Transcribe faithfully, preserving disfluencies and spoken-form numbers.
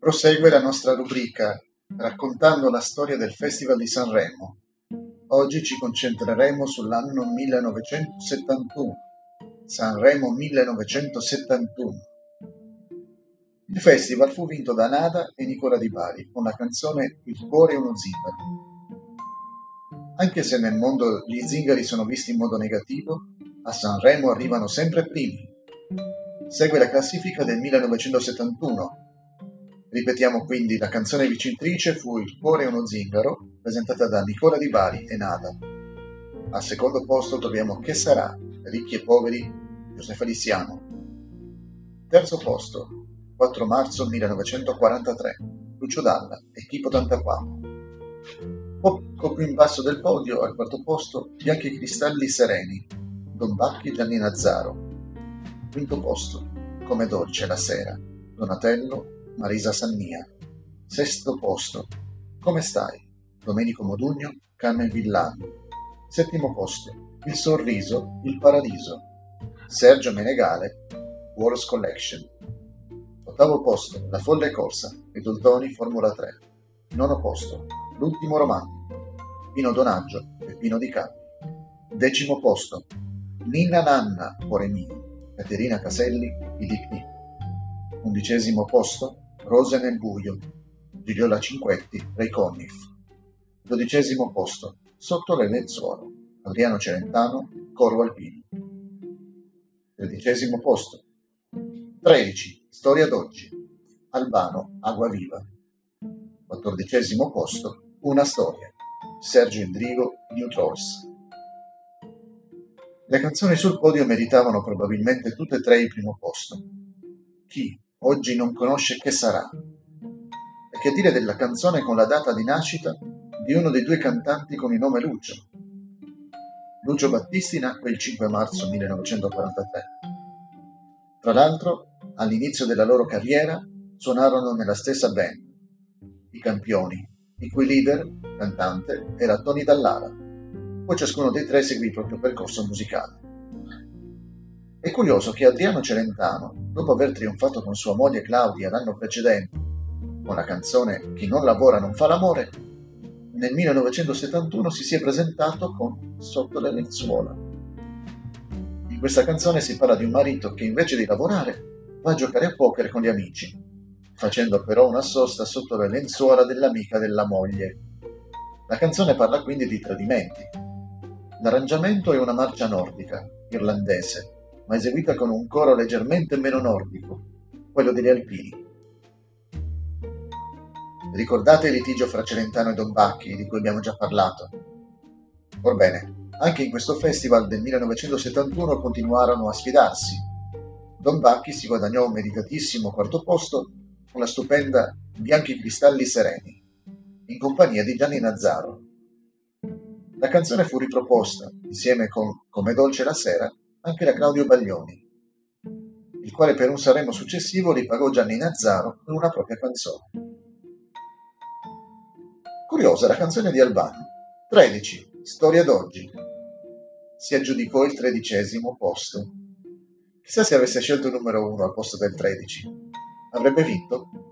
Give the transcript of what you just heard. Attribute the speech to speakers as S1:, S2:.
S1: Prosegue la nostra rubrica raccontando la storia del Festival di Sanremo. Oggi ci concentreremo sull'anno millenovecentosettantuno. Sanremo millenovecentosettantuno. Il festival fu vinto da Nada e Nicola Di Bari con la canzone Il cuore è uno zingaro. Anche se nel mondo gli zingari sono visti in modo negativo, a Sanremo arrivano sempre primi. Segue la classifica del millenovecentosettantuno. Ripetiamo quindi, la canzone vincitrice fu Il cuore è uno zingaro, presentata da Nicola Di Bari e Nada. Al secondo posto troviamo Che sarà, ricchi e poveri, Giuseppe Liziano. Terzo posto, quattro marzo millenovecentoquarantatré, Lucio Dalla e Chipo Tantaquamo. Poco più in basso del podio, al quarto posto, Bianchi cristalli sereni, Don Bacchi, Gianni Nazzaro. Quinto posto, Come dolce la sera, Donatello, Marisa Sannia. Sesto posto, Come stai, Domenico Modugno, Carmen Villani. Settimo posto, Il sorriso, il paradiso, Sergio Menegale, Wars Collection. Ottavo posto, La folle corsa, i Doltoni Formula tre. Nono posto, L'ultimo romantico, Pino Donaggio e Pino Di Capri. Decimo posto, Ninna Nanna, cuore mio, Caterina Caselli, I D P. Undicesimo posto, Rose nel buio, Gigliola Cinquetti, Ray Conniff. Dodicesimo posto, Sotto le lenzuola, Adriano Celentano, Coro Alpino. Tredicesimo posto, tredici, Storia d'oggi, Albano, Agua Viva. Quattordicesimo posto, Una storia, Sergio Endrigo, New Trolls. Le canzoni sul podio meritavano probabilmente tutte e tre il primo posto. Chi oggi non conosce Che sarà? E che dire della canzone con la data di nascita di uno dei due cantanti con il nome Lucio? Lucio Battisti nacque il cinque marzo millenovecentoquarantatré. Tra l'altro, all'inizio della loro carriera suonarono nella stessa band, I Campioni, il cui leader, cantante, era Tony Dallara. Poi ciascuno dei tre seguì il proprio percorso musicale. È curioso che Adriano Celentano, dopo aver trionfato con sua moglie Claudia l'anno precedente con la canzone Chi non lavora non fa l'amore, nel millenovecentosettantuno si sia presentato con Sotto le lenzuola. In questa canzone si parla di un marito che invece di lavorare va a giocare a poker con gli amici, facendo però una sosta sotto le lenzuola dell'amica della moglie. La canzone parla quindi di tradimenti. L'arrangiamento è una marcia nordica, irlandese, ma eseguita con un coro leggermente meno nordico, quello degli Alpini. Ricordate il litigio fra Celentano e Don Bacchi, di cui abbiamo già parlato? Orbene, anche in questo festival del millenovecentosettantuno continuarono a sfidarsi. Don Bacchi si guadagnò un meritatissimo quarto posto con la stupenda Bianchi cristalli sereni, in compagnia di Gianni Nazzaro. La canzone fu riproposta, insieme con Come dolce la sera, anche da Claudio Baglioni, il quale per un Sanremo successivo ripagò Gianni Nazzaro con una propria canzone. Curiosa la canzone di Albano. tredici, Storia d'oggi. Si aggiudicò il tredicesimo posto. Chissà se avesse scelto il numero uno al posto del tredici. Avrebbe vinto?